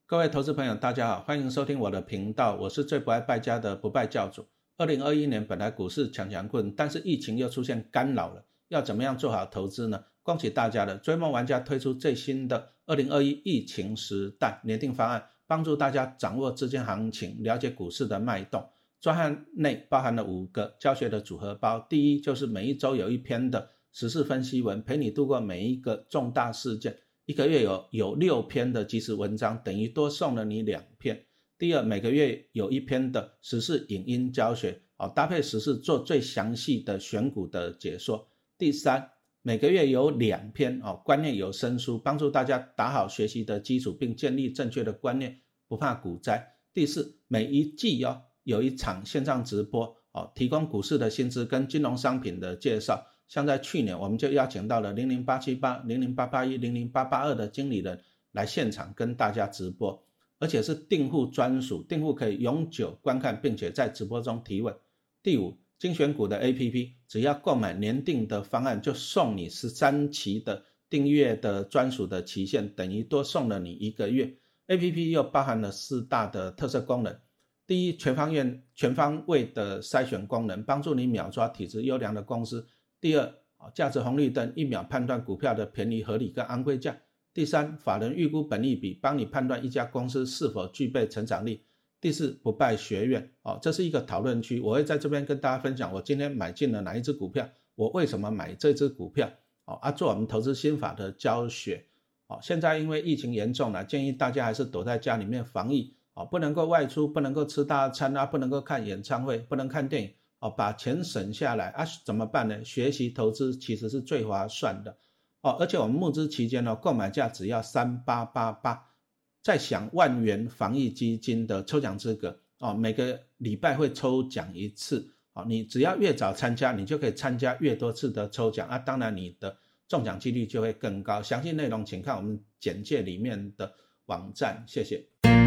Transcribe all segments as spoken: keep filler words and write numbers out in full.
各位投资朋友大家好，欢迎收听我的频道，我是最不爱败家的不败教主。二零二一年本来股市强强棍，但是疫情又出现干扰了，要怎么样做好投资呢？恭喜大家了，追梦玩家推出最新的二零二一疫情时代年定方案，帮助大家掌握资金行情，了解股市的脉动。专案内包含了五个教学的组合包，第一就是每一周有一篇的时事分析文，陪你度过每一个重大事件。一个月有有六篇的即时文章，等于多送了你两篇。第二，每个月有一篇的时事影音教学，哦，搭配时事做最详细的选股的解说。第三，每个月有两篇哦观念有声书，帮助大家打好学习的基础，并建立正确的观念，不怕股灾。第四，每一季哦有一场线上直播，哦，提供股市的薪资跟金融商品的介绍。像在去年我们就邀请到了零零八七八、零零八八一、零零八八二的经理人来现场跟大家直播，而且是订户专属，订户可以永久观看并且在直播中提问。第五，精选股的 A P P 只要购买年订的方案就送你十三期的订阅的专属的期限，等于多送了你一个月。 A P P 又包含了四大的特色功能。第一，全方位全方位的筛选功能，帮助你秒抓体质优良的公司。第二，价值红绿灯一秒判断股票的便宜合理跟昂贵价。第三，法人预估本益比，帮你判断一家公司是否具备成长力。第四，不败学院，这是一个讨论区，我会在这边跟大家分享我今天买进了哪一只股票，我为什么买这只股票，啊，做我们投资心法的教学。现在因为疫情严重了，建议大家还是躲在家里面防疫，不能够外出，不能够吃大餐啊，不能够看演唱会，不能看电影，哦，把钱省下来啊，怎么办呢？学习投资其实是最划算的哦，而且我们募资期间呢，购买价只要三八八八，再享万元防疫基金的抽奖资格哦，每个礼拜会抽奖一次哦，你只要越早参加，你就可以参加越多次的抽奖啊，当然你的中奖几率就会更高。详细内容请看我们简介里面的网站，谢谢。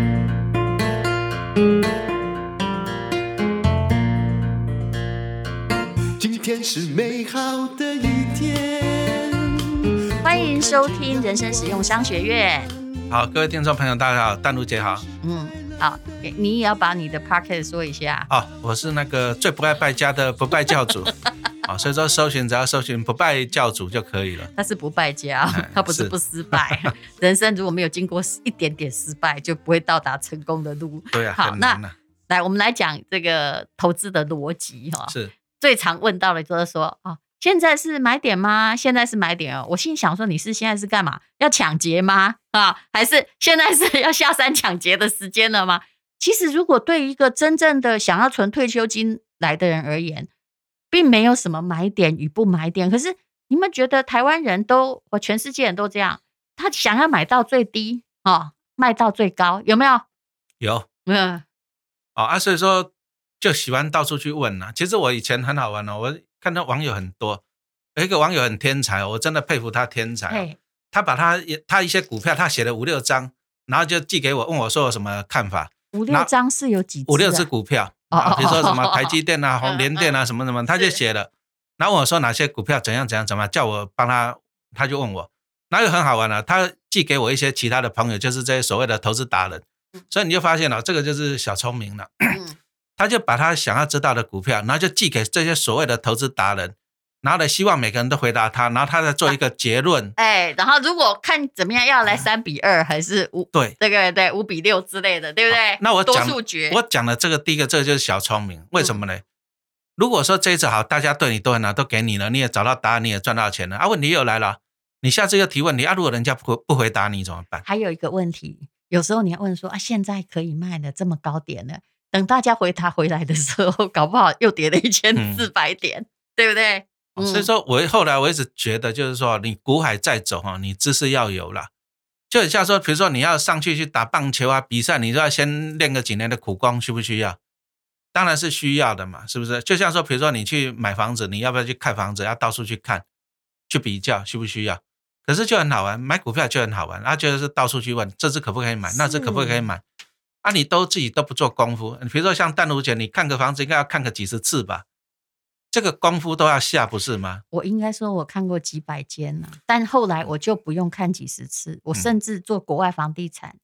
今天是美好的一天， 欢迎收听人生实用商学院。 好，各位听众朋友大家好，淡如姐好。 嗯，好，你也要把你的 podcast 说一下。 哦，我是那个最不爱败家的不败教主哦，所以说搜寻只要搜寻不败教主就可以了。 他是不败家，他不是不失败。人生如果没有经过一点点失败，就不会到达成功的路。 对啊， 好， 很难啊。 那来我们来讲这个投资的逻辑哈。 是。 最常问到的就是说，哦，现在是买点吗？现在是买点哦。我心想说，你是现在是干嘛？要抢劫吗？啊，还是现在是要下山抢劫的时间了吗？其实，如果对一个真正的想要存退休金来的人而言，并没有什么买点与不买点。可是，你们觉得台湾人都，或全世界人都这样，他想要买到最低，哦，卖到最高，有没有？ 有。 嗯。 哦啊，所以说。就喜欢到处去问啊。其实我以前很好玩哦，我看到网友很多，有一个网友很天才，我真的佩服他天才哦。他把他他一些股票他写了五六张，然后就寄给我，问我说有什么看法。 五六张是有几只、啊？ 五六只股票，啊，比如说什么台积电啊、宏联电啊什么什么，他就写了。然后我说哪些股票怎样怎样怎么样，叫我帮他，他就问我。然后又很好玩啊，他寄给我一些其他的朋友，就是这些所谓的投资达人。所以你就发现了，这个就是小聪明了。嗯他就把他想要知道的股票，然后就寄给这些所谓的投资达人，然后呢，希望每个人都回答他，然后他再做一个结论。 哎，然后如果看怎么样，要来三比二还是五？对，这个对五比六之类的，对不对？ 那我讲多数决， 我讲的这个第一个，这个就是小聪明。为什么呢？嗯、如果说这一次好，大家对你都很好，都给你了，你也找到答案，你也赚到钱了啊，问题又来了，你下次又提问题啊，如果人家不不回答你怎么办？ 还有一个问题，有时候你要问说啊，现在可以卖的这么高点了。等大家回答回来的时候，搞不好又跌了一千四百点，嗯、对不对？ 嗯、所以说我后来我一直觉得，就是说你股海再走哈，你知识要有啦。就很像说，比如说你要上去去打棒球啊，比赛，你就要先练个几年的苦功，需不需要？当然是需要的嘛，是不是？就像说，比如说你去买房子，你要不要去看房子？要到处去看，去比较，需不需要？可是就很好玩，买股票就很好玩，啊，就是到处去问，这只可不可以买？那只可不可以买？啊，你都自己都不做功夫，比如说像淡如姐，你看个房子应该要看个几十次吧，这个功夫都要下，不是吗？ 我应该说我看过几百间了，但后来我就不用看几十次，我甚至做国外房地产，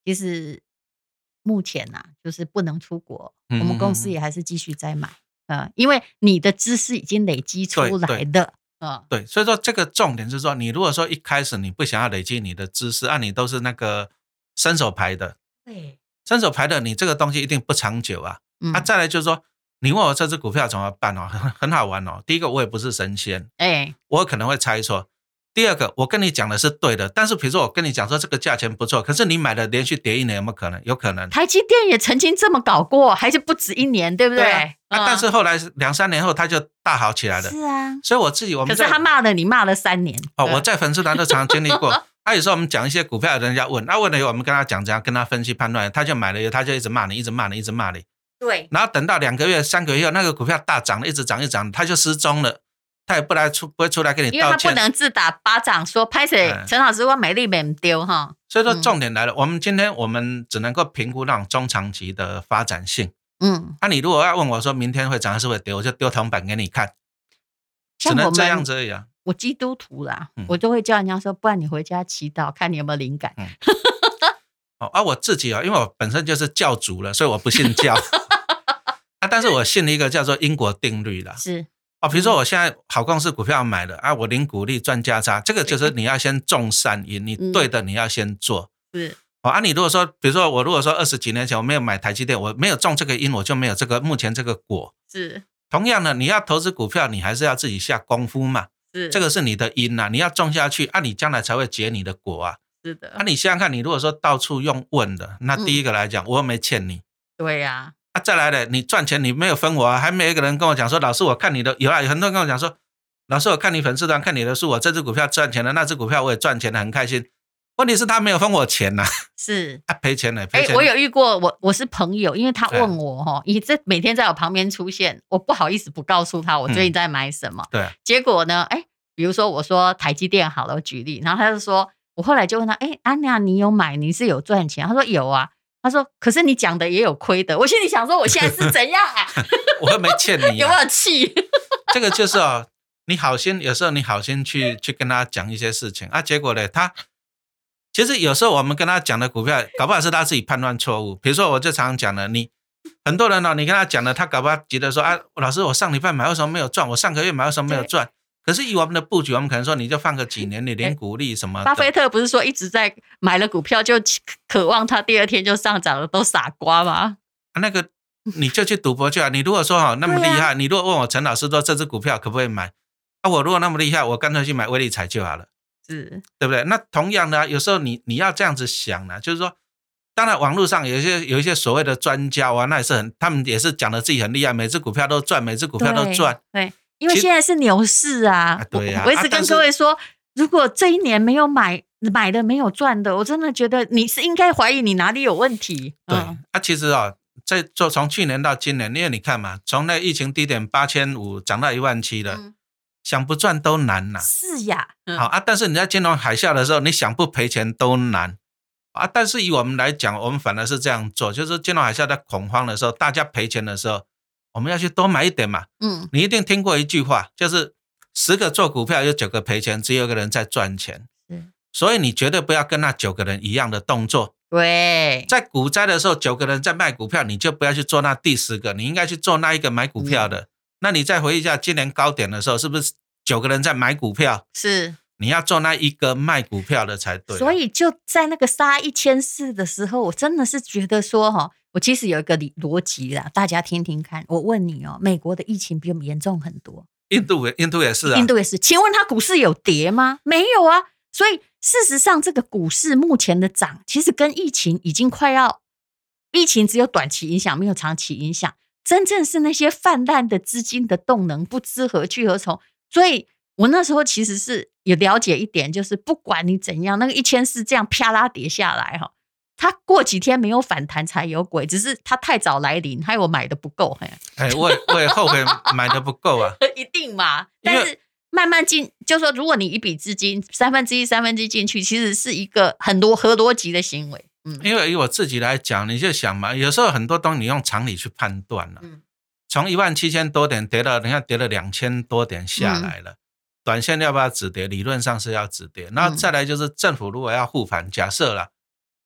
其实目前呐、啊，就是不能出国， 嗯、 我们公司也还是继续在买，呃，因为你的知识已经累积出来的，嗯， 对，所以说这个重点是说，你如果说一开始你不想要累积你的知识，啊，你都是那个伸手牌的， 对， 伸手牌的，你这个东西一定不长久啊。 嗯、 啊，再来就是说，你问我这只股票怎么办哦，很很好玩哦。第一个，我也不是神仙， 哎， 我可能会猜错。第二个，我跟你讲的是对的，但是比如说我跟你讲说这个价钱不错，可是你买了连续跌一年，有没有可能？有可能。 台积电也曾经这么搞过，还是不止一年，对不对？ 对啊嗯、 啊但是后来两三年后，它就大好起来了。 是啊， 所以我自己我们可是他骂了你骂了三年哦，我在粉丝团都常常经历过。啊，有时候我们讲一些股票，人家问，啊问了以后，我们跟他讲怎样跟他分析判断，他就买了以后，他就一直骂你，一直骂你，一直骂你。 对。 然后等到两个月、三个月后，那个股票大涨了，一直涨，一直涨，他就失踪了。他也不来出，不会出来跟你道歉， 因为他不能自打巴掌说拍谁，陈老师我美丽没丢哈。 所以说重点来了，嗯、我们今天我们只能够评估那种中长期的发展性。嗯，那、啊、你如果要问我说明天会涨还是会跌，我就丢铜板给你看，只能这样子而已啊。 我基督徒啦，嗯、我都会叫人家说，不然你回家祈祷，看你有没有灵感。嗯、 哦，啊，我自己啊，因为我本身就是教主了，所以我不信教。啊，但是我信了一个叫做因果定律啦。 是。 哦，比如说我现在好公司股票买了啊，我领股利赚价差，这个就是你要先种善因，你对的你要先做。 是。 哦，啊，你如果说，比如说我如果说二十几年前我没有买台积电，我没有种这个因，我就没有这个目前这个果。 是。 同样的，你要投资股票，你还是要自己下功夫嘛。 是。 这个是你的因啊，你要种下去啊，你将来才会结你的果啊。 是的。 啊，你想想看，你如果说到处用问的，那第一个来讲，嗯、我又没欠你。 对呀、 啊。啊，再来了，你赚钱你没有分我啊，还没有一个人跟我讲说，老师我看你的，有啊，有很多人跟我讲说，老师我看你粉丝团看你的书，我这只股票赚钱了，那只股票我也赚钱了，很开心。问题是他没有分我钱呐、啊， 是啊赔钱了，赔钱了。 哎，我有遇过，我我是朋友，因为他问我哈，你这每天在我旁边出现，我不好意思不告诉他我最近在买什么。 嗯、对， 结果呢，哎，比如说我说台积电好了，我举例，然后他就说，我后来就问他，哎，安娜你有买，你是有赚钱？他说有啊。他说：“可是你讲的也有亏的。”我心里想说：“我现在是怎样啊？” 我又没欠你、啊， 有没有气？ 这个就是哦，你好心，有时候你好心去去跟他讲一些事情啊，结果呢，他其实有时候我们跟他讲的股票，搞不好是他自己判断错误。比如说，我就常常讲了，你很多人哦，你跟他讲了，他搞不好觉得说啊，老师，我上礼拜买为什么没有赚？我上个月买为什么没有赚？可是以我们的布局，我们可能说你就放个几年，你领股利什么的。 巴菲特不是说一直在买了股票就渴望它第二天就上涨了，都傻瓜吗？ 啊、那个你就去赌博去啊！你如果说哦那么厉害，啊、你如果问我陈老师说这只股票可不可以买？啊，我如果那么厉害，我干脆去买威力彩就好了， 是， 对不对？那同样的、啊，有时候你你要这样子想呢、啊，就是说，当然网络上有一些有一些所谓的专家啊，那也是很，他们也是讲的自己很厉害，每只股票都赚，每只股票都赚， 对。对因为现在是牛市啊， 啊对啊我，我一直跟各位说，啊、如果这一年没有买买的没有赚的，我真的觉得你是应该怀疑你哪里有问题。 对， 嗯、 啊，其实哦，在做从去年到今年，因为你看嘛，从那疫情低点八千五涨到一万七了，嗯、想不赚都难呐、啊。 是呀， 嗯、好啊，但是你在金融海啸的时候，你想不赔钱都难啊。但是以我们来讲，我们反而是这样做，就是金融海啸在恐慌的时候，大家赔钱的时候。我们要去多买一点嘛，嗯，你一定听过一句话，就是十个做股票有九个赔钱，只有一个人在赚钱，嗯，所以你绝对不要跟那九个人一样的动作。 对， 在股灾的时候，九个人在卖股票，你就不要去做那第十个，你应该去做那一个买股票的。嗯、那你再回忆一下，今年高点的时候，是不是九个人在买股票？ 是， 你要做那一个卖股票的才对。 所以就在那个杀一千四的时候，我真的是觉得说哈。我其实有一个逻辑啦，大家听听看。我问你哦，美国的疫情比我们严重很多， 印度印度也是啊， 印度也是。请问它股市有跌吗？没有啊。所以事实上，这个股市目前的涨，其实跟疫情已经快要，疫情只有短期影响，没有长期影响。真正是那些泛滥的资金的动能不知何去何从。所以我那时候其实是有了解一点，就是不管你怎样，那个一千四这样啪啦跌下来哈。他过几天没有反弹才有鬼，只是他太早来临，害我买的不够。 哎，我也我也后悔买的不够啊， 一定嘛。但是慢慢进，就说如果你一笔资金三分之一、三分之一进去，其实是一个很多合逻辑的行为。嗯， 因为以我自己来讲，你就想嘛，有时候很多东西你用常理去判断了、啊。嗯，从一万七千多点跌到，你看跌了两千多点下来了，嗯、短线要不要止跌？理论上是要止跌。然后再来就是政府如果要护盘，假设啦。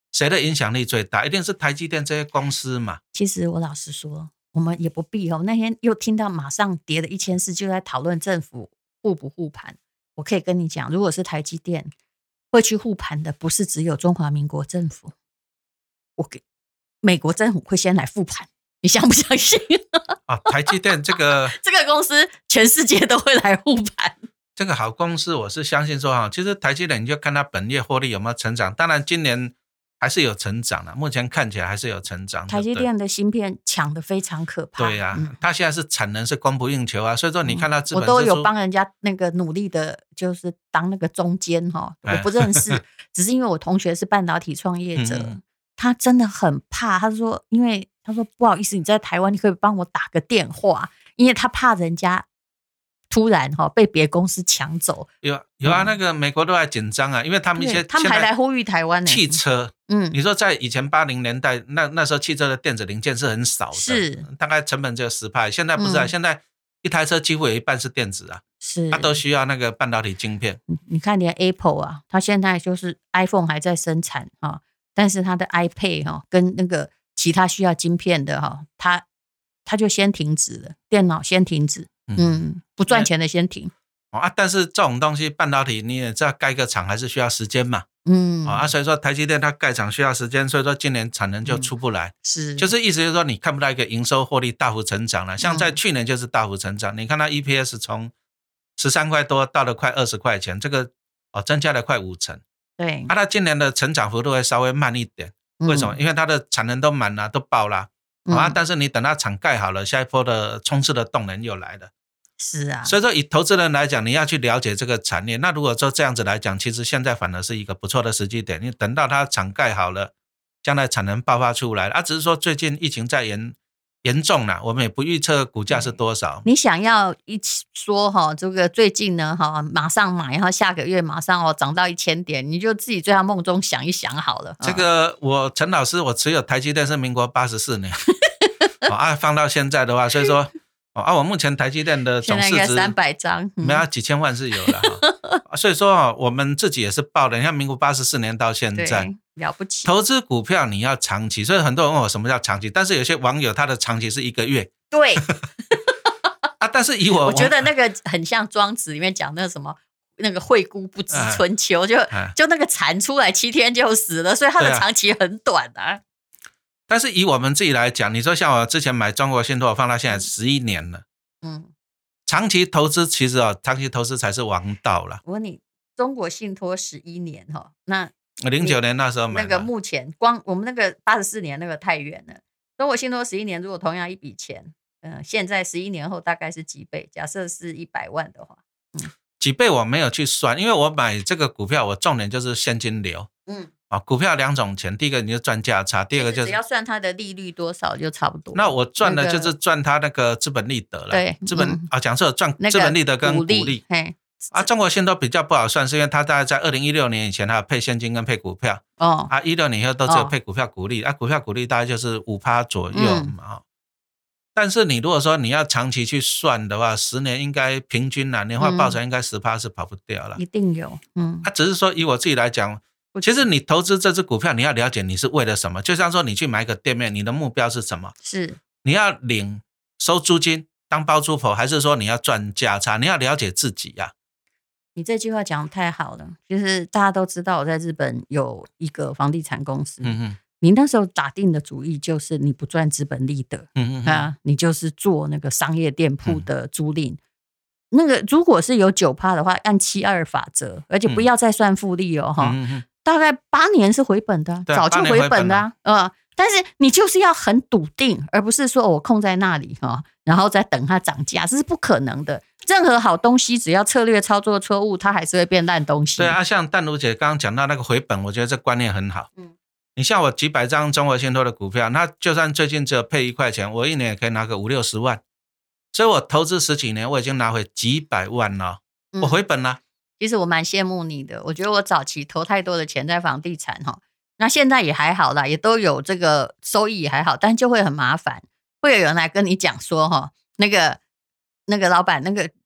谁的影响力最大？一定是台积电这些公司嘛。 其实我老实说，我们也不必哦。那天又听到马上跌了一千四，就在讨论政府护不护盘。我可以跟你讲，如果是台积电会去护盘的，不是只有中华民国政府，我给美国政府会先来护盘，你相不相信？ 啊，台积电这个这个公司全世界都会来护盘。 这个好公司，我是相信说哈，其实台积电你就看它本业获利有没有成长，当然今年还是有成长的，目前看起来还是有成长。 台积电的芯片抢得非常可怕。 对呀、啊嗯， 它现在是产能是供不应求啊，所以说你看它资本我都有支出帮人家那个努力的，就是当那个中间哈，我不认识，只是因为我同学是半导体创业者， 嗯他真的很怕，他说，因为他说不好意思，你在台湾，你可以帮我打个电话，因为他怕人家突然哈被别公司抢走。 有有啊，那个美国都还紧张啊，因为他们一些他们还来呼吁台湾呢。 汽车， 嗯， 你说在以前八零年代，那那时候汽车的电子零件是很少的， 是大概成本只有十趴，现在不是啊， 嗯、 现在一台车几乎有一半是电子啊， 是， 它都需要那个半导体晶片。 你看，连 Apple 啊，它现在就是 iPhone 还在生产哈，但是它的 iPad 哈跟那个其他需要晶片的哈，它它就先停止了，电脑先停止，嗯，嗯不赚钱的先停。 啊，但是这种东西半导体你也知道盖个厂还是需要时间嘛， 嗯啊，所以说台积电它盖厂需要时间，所以说今年产能就出不来， 嗯、是， 就是意思就是说你看不到一个营收获利大幅成长了，像在去年就是大幅成长，嗯、你看它 E P S 从十三块多到了快二十块钱，这个哦增加了快五成， 对， 啊，它今年的成长幅度会稍微慢一点，为什么？嗯、因为它的产能都满了，都爆了，嗯、啊，但是你等它厂盖好了，下一波的冲刺的动能又来了。 是啊， 所以说以投资人来讲，你要去了解这个产业。那如果说这样子来讲，其实现在反而是一个不错的时机点。你等到它厂盖好了，将来产能爆发出来啊，只是说最近疫情在严严重了，我们也不预测股价是多少。 你想要一起说哈，这个最近呢哈，马上买，然后下个月马上哦涨到一千点，你就自己在他梦中想一想好了。 这个我陈老师，我持有台积电是民国八十四年，哦、啊，放到现在的话，所以说。啊，我目前台积电的总市值三百张， 没有几千万是有的、哦，所以说我们自己也是报的。你看民国八十四年到现在， 了不起。 投资股票你要长期，所以很多人问我什么叫长期，但是有些网友他的长期是一个月， 对， 啊，但是以我我觉得那个很像庄子里面讲那个什么。那个惠姑不知春秋，哎、就、哎、就那个蚕出来七天就死了，所以它的长期很短啊。 但是以我们自己来讲，你说像我之前买中国信托，我放到现在十一年了，嗯，长期投资其实哦，长期投资才是王道了。 我问你，中国信托十一年哈，那零九年那时候买那个目前光我们那个八十四年那个太远了。中国信托十一年，如果同样一笔钱，嗯、呃，现在十一年后大概是几倍？假设是一百万的话， 嗯，几倍我没有去算，因为我买这个股票，我重点就是现金流，嗯。啊，股票两种钱，第一个你就赚价差，第二个就是只要算它的利率多少就差不多。 那我赚的就是赚它那个资本利得了， 对， 资本、嗯、啊，讲错了，赚资本利得跟股利。 那個、 啊，中国信托比较不好算，是因为它大概在二零一六年以前它有配现金跟配股票，哦，啊，一六年以后都只有配股票股利，哦、啊，股票股利大概就是五趴左右嘛，嗯、但是你如果说你要长期去算的话，十年应该平均啦，年化报酬应该十趴是跑不掉了， 一定有，嗯， 啊，只是说以我自己来讲。其实你投资这只股票，你要了解你是为了什么。就像说你去买一个店面，你的目标是什么？ 是你要领收租金当包租婆，还是说你要赚价差？你要了解自己呀、啊。 你这句话讲得太好了，就是大家都知道我在日本有一个房地产公司。嗯嗯，你那时候打定的主意就是你不赚资本利得，嗯嗯啊，你就是做那个商业店铺的租赁。嗯、那个如果是有 百分之九 的话，按七二法则，而且不要再算复利哦，哈、嗯。嗯大概八年是回本的、啊，早就回本的啊，呃，但是你就是要很笃定，而不是说我空在那里哈、哦，然后再等它涨价，这是不可能的。任何好东西，只要策略操作错误，它还是会变烂东西。 对啊，像淡如姐刚刚讲到那个回本，我觉得这观念很好。嗯，你像我几百张中国信托的股票，那就算最近只有配一块钱，我一年也可以拿个五六十万，所以我投资十几年，我已经拿回几百万了，我回本了。嗯其实我蛮羡慕你的，我觉得我早期投太多的钱在房地产哈，那现在也还好啦，也都有这个收益也还好，但就会很麻烦，会有人来跟你讲说哈，那个那个老板那个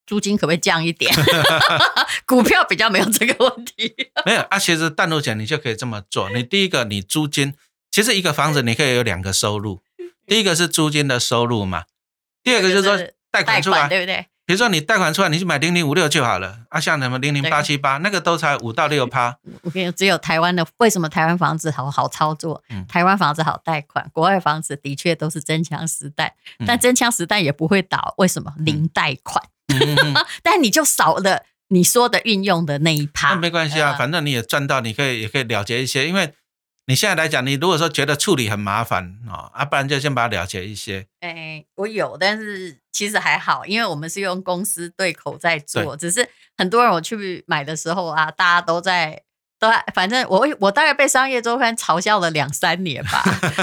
租金可不可以降一点？股票比较没有这个问题。 没有啊，其实淡如姐你就可以这么做。你第一个，你租金，其实一个房子你可以有两个收入，第一个是租金的收入嘛，第二个就是说贷款出来， 对不对？ 比如说你贷款出来，你去买零零五六就好了啊，像什么零零八七八那个都才五到六趴。 我跟你说，只有台湾的，为什么台湾房子好好操作？嗯、台湾房子好贷款，国外房子的确都是真枪实弹，嗯、但真枪实弹也不会倒，为什么？零贷款，嗯、但你就少了你说的运用的那一趴。 那没关系啊，呃、反正你也赚到，你可以也可以了结一些，因为你现在来讲，你如果说觉得处理很麻烦哦，啊，不然就先把它了结一些。 哎，我有，但是其实还好，因为我们是用公司对口在做，只是很多人我去买的时候啊，大家都在都在，反正我我大概被商业周刊嘲笑了两三年吧。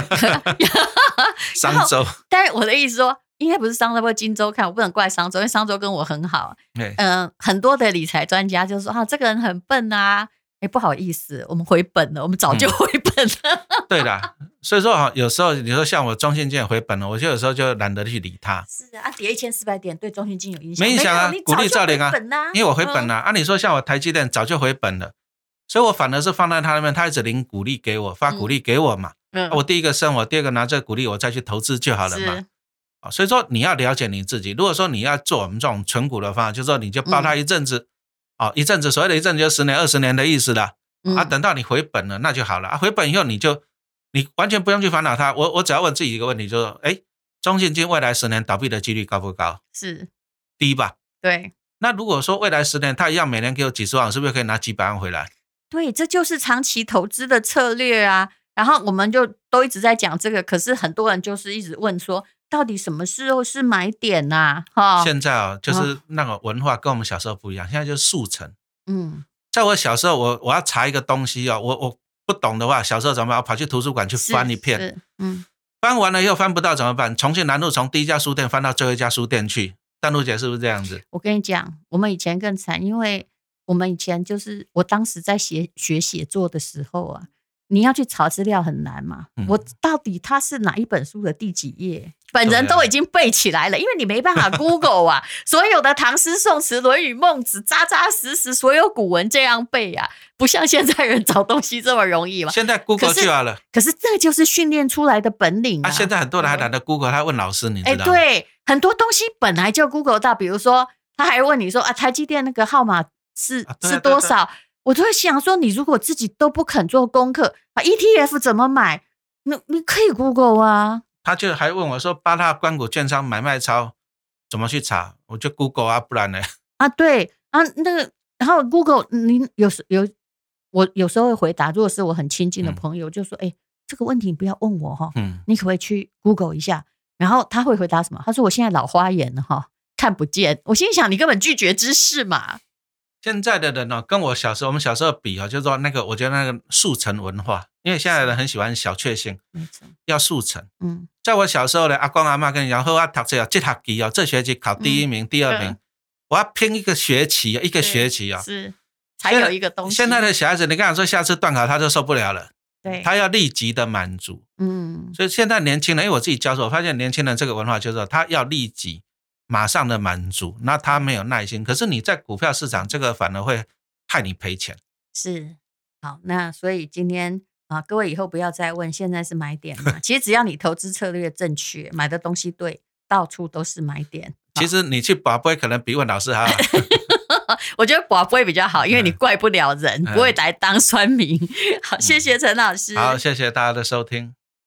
商周， 但是我的意思说，应该不是商周或金周刊，我不能怪商周，因为商周跟我很好。嗯、呃，很多的理财专家就说啊，这个人很笨啊。哎，不好意思，我们回本了，我们早就回本了。 嗯、对啦，所以说有时候你说像我中信金也回本了，我就有时候就懒得去理它。 是啊，跌一千四百点对中信金有影响？ 没影响啊，股利照领啊，因为我回本了、 嗯、 啊。你说像我台积電早就回本了，所以我反而是放在他那边，他一直领股利给我，发股利给我嘛。嗯，我第一个生我，第二个拿这个股利我再去投资就好了嘛。所以说你要了解你自己，如果说你要做我们这种存股的方法，就是说你就抱它一阵子。嗯哦，一阵子，所谓的一阵子就十年、二十年的意思了、嗯、啊。等到你回本了，那就好了啊。回本以后，你就你完全不用去烦恼它。我我只要问自己一个问题，就是说，哎，中信金未来十年倒闭的几率高不高？ 是低吧？ 对。 那如果说未来十年它一样每年给我几十万，是不是可以拿几百万回来？ 对，这就是长期投资的策略啊。然后我们就都一直在讲这个，可是很多人就是一直问说，到底什么时候是买点啊？哦、 现在哦，就是那个文化跟我们小时候不一样，现在就是速成。 嗯， 在我小时候，我我要查一个东西哦，我我不懂的话，小时候怎么办？我跑去图书馆去翻一片， 嗯， 翻完了以后翻不到怎么办？重庆南路从第一家书店翻到最后一家书店去。淡如姐是不是这样子？ 我跟你讲，我们以前更惨，因为我们以前就是我当时在写学写作的时候啊。你要去查资料很难嘛、嗯、我到底它是哪一本书的第几页本人都已经背起来了，因为你没办法 Google 啊所有的唐诗宋词论语孟子扎扎实实所有古文这样背啊，不像现在人找东西这么容易嘛。 现在 Google 就好了， 可是这就是训练出来的本领 啊, 啊现在很多人还懒得 Google， 他问老师你知道吗？ 对，很多东西本来就 Google 到，比如说他还问你说啊，台积电那个号码是、啊、是多少，我就会想说，你如果自己都不肯做功课啊 ，E T F 怎么买？你你可以 Google 啊。 他就还问我说，八大官股券商买卖超怎么去查？我就 Google 啊，不然呢？ 啊，对啊，那个，然后 Google， 你有时有我有时候会回答，如果是我很亲近的朋友，嗯、就说，哎，这个问题你不要问我哈，嗯，你可不可以去 Google 一下？然后他会回答什么？他说我现在老花眼了哈，看不见。我心想，你根本拒绝知识嘛。 现在的人呢、哦，跟我小时候我们小时候比啊、哦，就是说那个，我觉得那个速成文化，因为现在的人很喜欢小确幸， 没错， 要速成。 嗯， 在我小时候呢，阿公阿嬷跟你讲，好啊，读这这学期哦，这学期考第一名、嗯、第二名，嗯、我要拼一个学期，一个学期啊、哦， 是才有一个东西。 现在的小孩子，你跟他说下次段考他就受不了了， 对， 他要立即的满足。 嗯， 所以现在年轻人，因为我自己教授，我发现年轻人这个文化就是说，他要立即马上的满足，那他没有耐心。可是你在股票市场，这个反而会害你赔钱。 是，好，那所以今天啊，各位以后不要再问现在是买点嘛。其实只要你投资策略正确，买的东西对，到处都是买点。 其实你去拔杯可能比问老师还好。 我觉得拔杯比较好，因为你怪不了人，嗯、不会来当酸民。好，谢谢陈老师。 好，谢谢大家的收听。